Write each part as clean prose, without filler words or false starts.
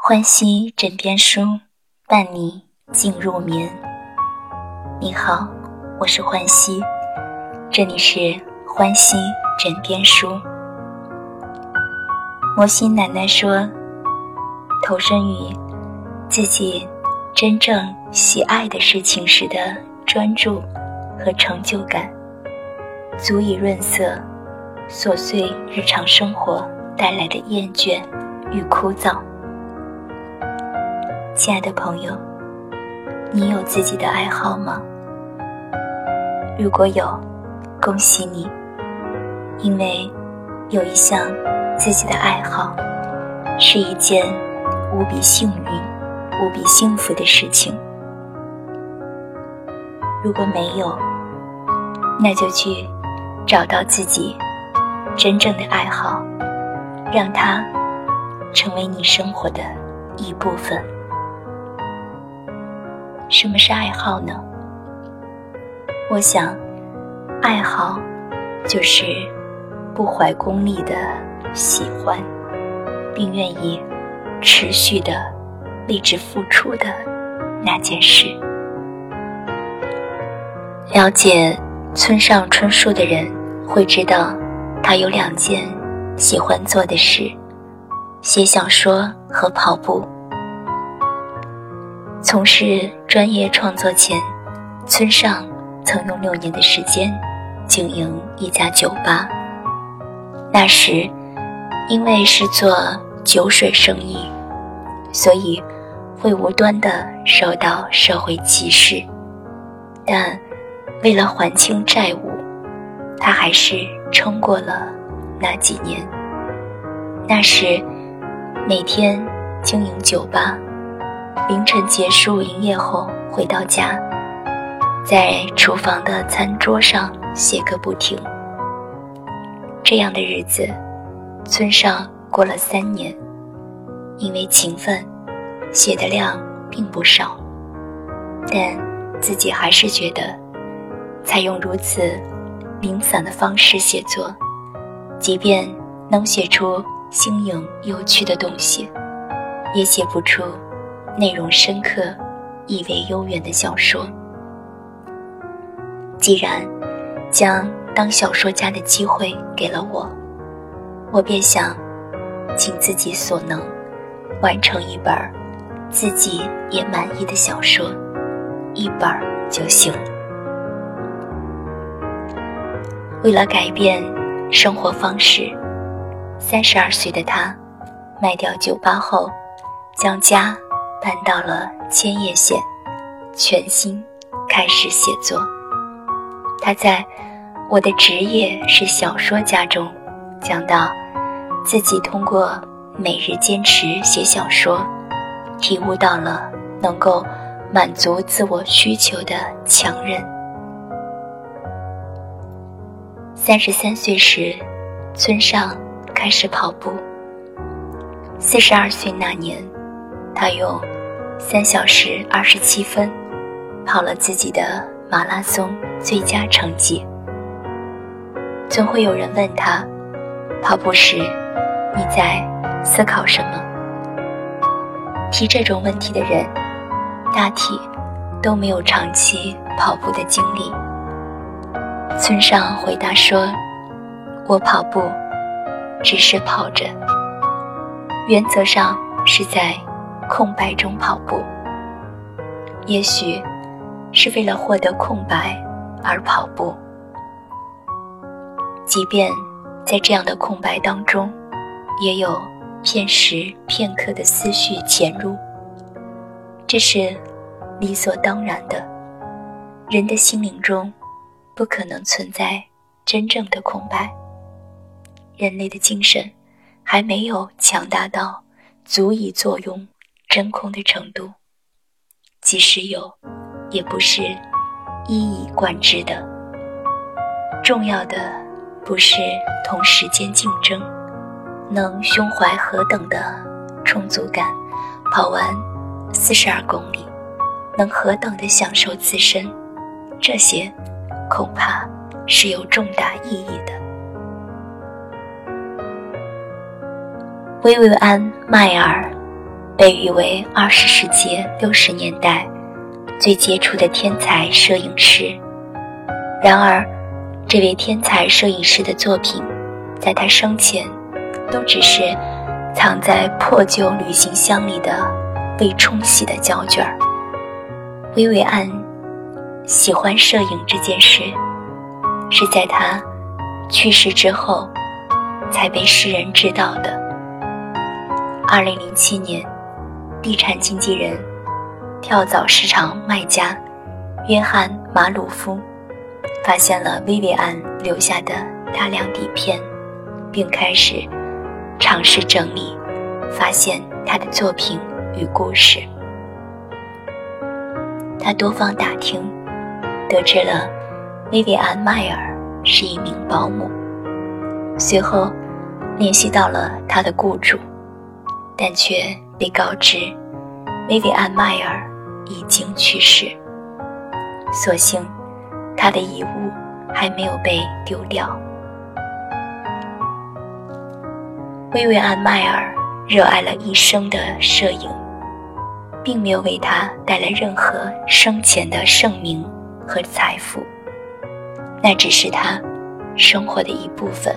欢喜枕边书，伴你进入眠。你好，我是欢喜，这里是欢喜枕边书。摩西奶奶说，投身于自己真正喜爱的事情时的专注和成就感，足以润色琐碎日常生活带来的厌倦与枯燥。亲爱的朋友，你有自己的爱好吗？如果有，恭喜你，因为有一项自己的爱好是一件无比幸运、无比幸福的事情。如果没有，那就去找到自己真正的爱好，让它成为你生活的一部分。什么是爱好呢？我想，爱好就是不怀功利的喜欢，并愿意持续的为之付出的那件事。了解村上春树的人会知道，他有2件喜欢做的事：写小说和跑步。从事专业创作前，村上曾用6年的时间经营一家酒吧。那时因为是做酒水生意，所以会无端地受到社会歧视，但为了还清债务，他还是撑过了那几年。那时每天经营酒吧，凌晨结束营业后回到家，在厨房的餐桌上写个不停。这样的日子，村上过了3年，因为勤奋，写的量并不少，但自己还是觉得，采用如此零散的方式写作，即便能写出新颖有趣的东西，也写不出内容深刻、意味悠远的小说。既然将当小说家的机会给了我便想尽自己所能，完成一本自己也满意的小说，1本就行了。为了改变生活方式，32岁的他卖掉酒吧后，将家搬到了千叶县，全心开始写作。他在我的职业是小说家中讲到，自己通过每日坚持写小说，体悟到了能够满足自我需求的强韧。33岁时，村上开始跑步。42岁那年，他用3小时27分跑了自己的马拉松最佳成绩。总会有人问他，跑步时你在思考什么？提这种问题的人大体都没有长期跑步的经历。村上回答说，我跑步只是跑着，原则上是在空白中跑步，也许是为了获得空白而跑步，即便在这样的空白当中，也有片时片刻的思绪潜入，这是理所当然的。人的心灵中不可能存在真正的空白，人类的精神还没有强大到足以作用真空的程度，即使有，也不是一以贯之的。重要的不是同时间竞争，能胸怀何等的充足感，跑完42公里，能何等的享受自身，这些恐怕是有重大意义的。薇薇安·迈尔被誉为20世纪60年代最杰出的天才摄影师。然而，这位天才摄影师的作品在他生前都只是藏在破旧旅行箱里的未冲洗的胶卷。薇薇安喜欢摄影这件事，是在他去世之后才被世人知道的。2007年，地产经纪人、跳蚤市场卖家约翰·马鲁夫发现了薇薇安留下的大量底片，并开始尝试整理，发现他的作品与故事。他多方打听，得知了薇薇安·迈尔是一名保姆，随后联系到了他的雇主，但却被告知薇薇安·迈尔已经去世。所幸他的遗物还没有被丢掉。薇薇安·迈尔热爱了一生的摄影，并没有为他带来任何生前的盛名和财富，那只是他生活的一部分。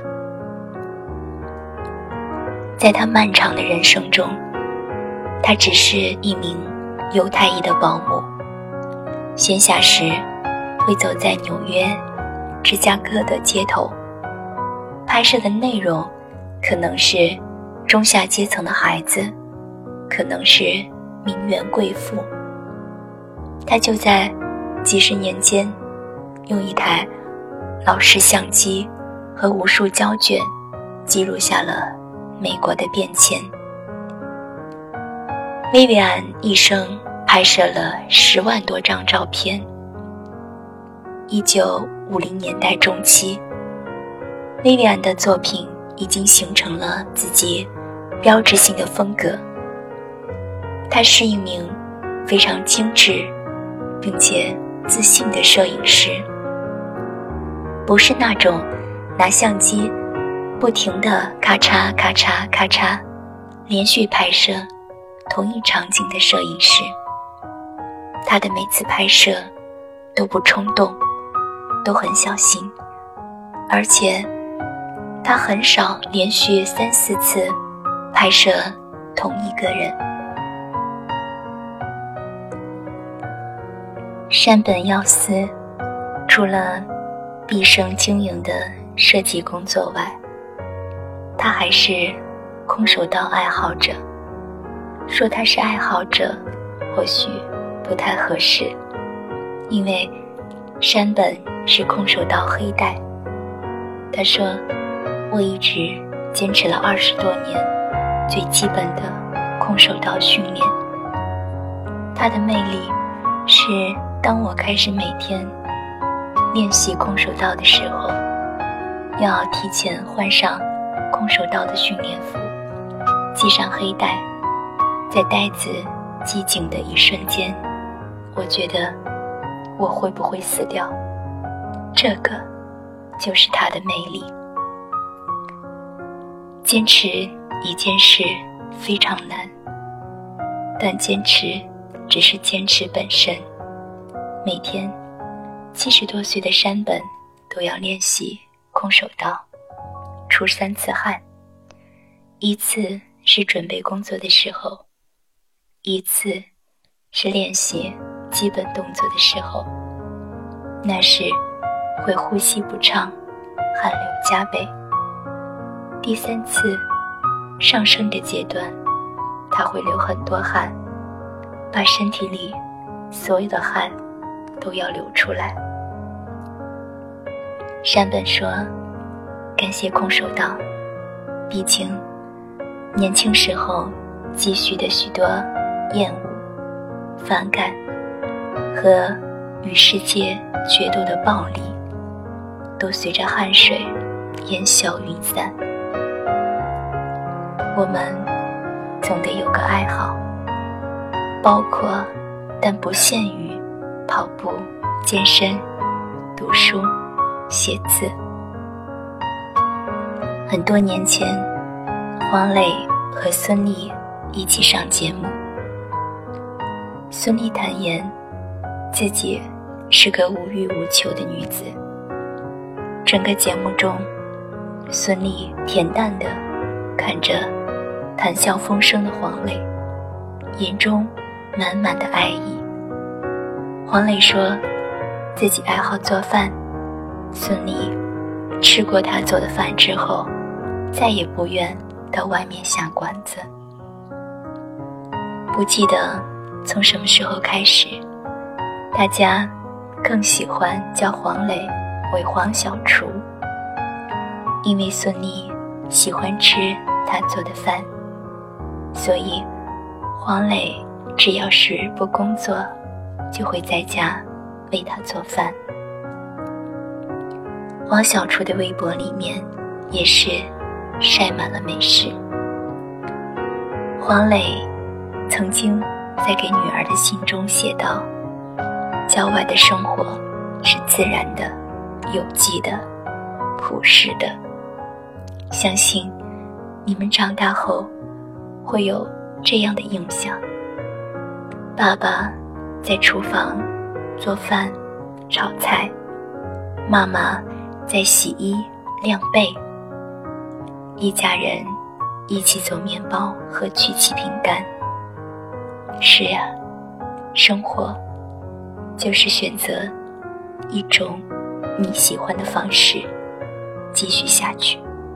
在他漫长的人生中，他只是一名犹太裔的保姆，闲暇时会走在纽约、芝加哥的街头，拍摄的内容可能是中下阶层的孩子，可能是名媛贵妇。他就在几十年间，用一台老式相机和无数胶卷记录下了美国的变迁。薇薇安一生拍摄了10万多张照片。1950年代中期，薇薇安的作品已经形成了自己标志性的风格。他是一名非常精致并且自信的摄影师，不是那种拿相机不停地咔嚓咔嚓咔嚓连续拍摄同一场景的摄影师。他的每次拍摄都不冲动，都很小心，而且他很少连续3-4次拍摄同一个人。山本耀司除了毕生经营的设计工作外，他还是空手道爱好者。说他是爱好者或许不太合适，因为山本是空手道黑带。他说，我一直坚持了20多年最基本的空手道训练。他的魅力是当我开始每天练习空手道的时候，要提前换上空手道的训练服，系上黑带，在带子系紧的一瞬间，我觉得我会不会死掉？这个就是他的魅力。坚持一件事非常难，但坚持只是坚持本身。每天70多岁的山本都要练习空手道，出3次汗，一次是准备工作的时候，一次是练习基本动作的时候。那时会呼吸不畅，汗流浃背。第3次上升的阶段，他会流很多汗，把身体里所有的汗都要流出来。山本说，感谢空手道，毕竟年轻时候积蓄的许多厌恶、反感和与世界决斗的暴力，都随着汗水烟消云散。我们总得有个爱好，包括但不限于跑步、健身、读书、写字。很多年前，黄磊和孙俪一起上节目。孙俪坦言自己是个无欲无求的女子。整个节目中，孙俪恬淡地看着谈笑风生的黄磊，眼中满满的爱意。黄磊说自己爱好做饭，孙俪吃过他做的饭之后，再也不愿到外面下馆子。不记得从什么时候开始，大家更喜欢叫黄磊为黄小厨，因为孙俪喜欢吃他做的饭，所以黄磊只要是不工作，就会在家为他做饭。黄小厨的微博里面也是晒满了美食。黄磊曾经在给女儿的信中写道，郊外的生活是自然的、有机的、朴实的，相信你们长大后会有这样的印象。爸爸在厨房做饭炒菜，妈妈在洗衣晾被，一家人一起走面包和曲奇饼干。是啊，生活就是选择一种你喜欢的方式继续下去。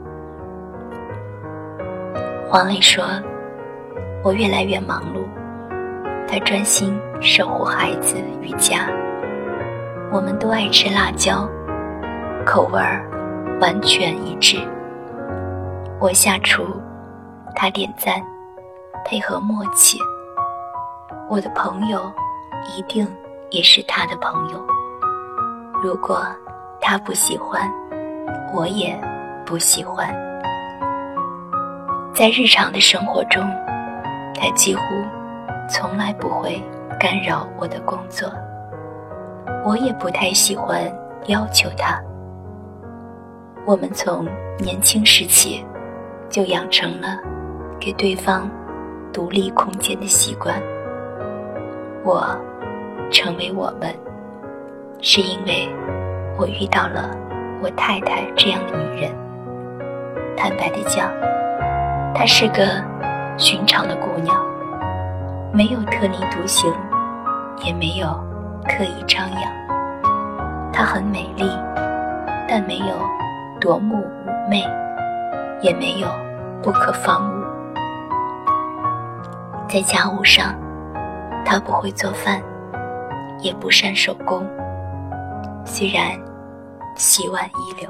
黄磊说，我越来越忙碌，他专心守护孩子与家。我们都爱吃辣椒，口味儿完全一致。我下厨，他点赞，配合默契。我的朋友一定也是他的朋友，如果他不喜欢，我也不喜欢。在日常的生活中，他几乎从来不会干扰我的工作，我也不太喜欢要求他。我们从年轻时起就养成了给对方独立空间的习惯。我成为我们，是因为我遇到了我太太这样的女人。坦白地讲，她是个寻常的姑娘，没有特立独行，也没有刻意张扬。她很美丽，但没有夺目妩媚，也没有不可方物。在家务上，她不会做饭，也不善手工，虽然洗碗一流。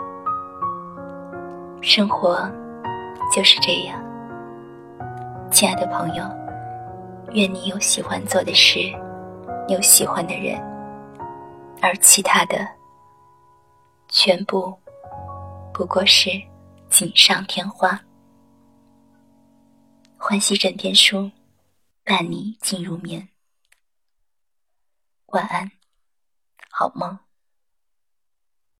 生活就是这样，亲爱的朋友，愿你有喜欢做的事，有喜欢的人，而其他的全部不过是锦上添花。欢喜枕边书，伴你进入眠。晚安，好梦。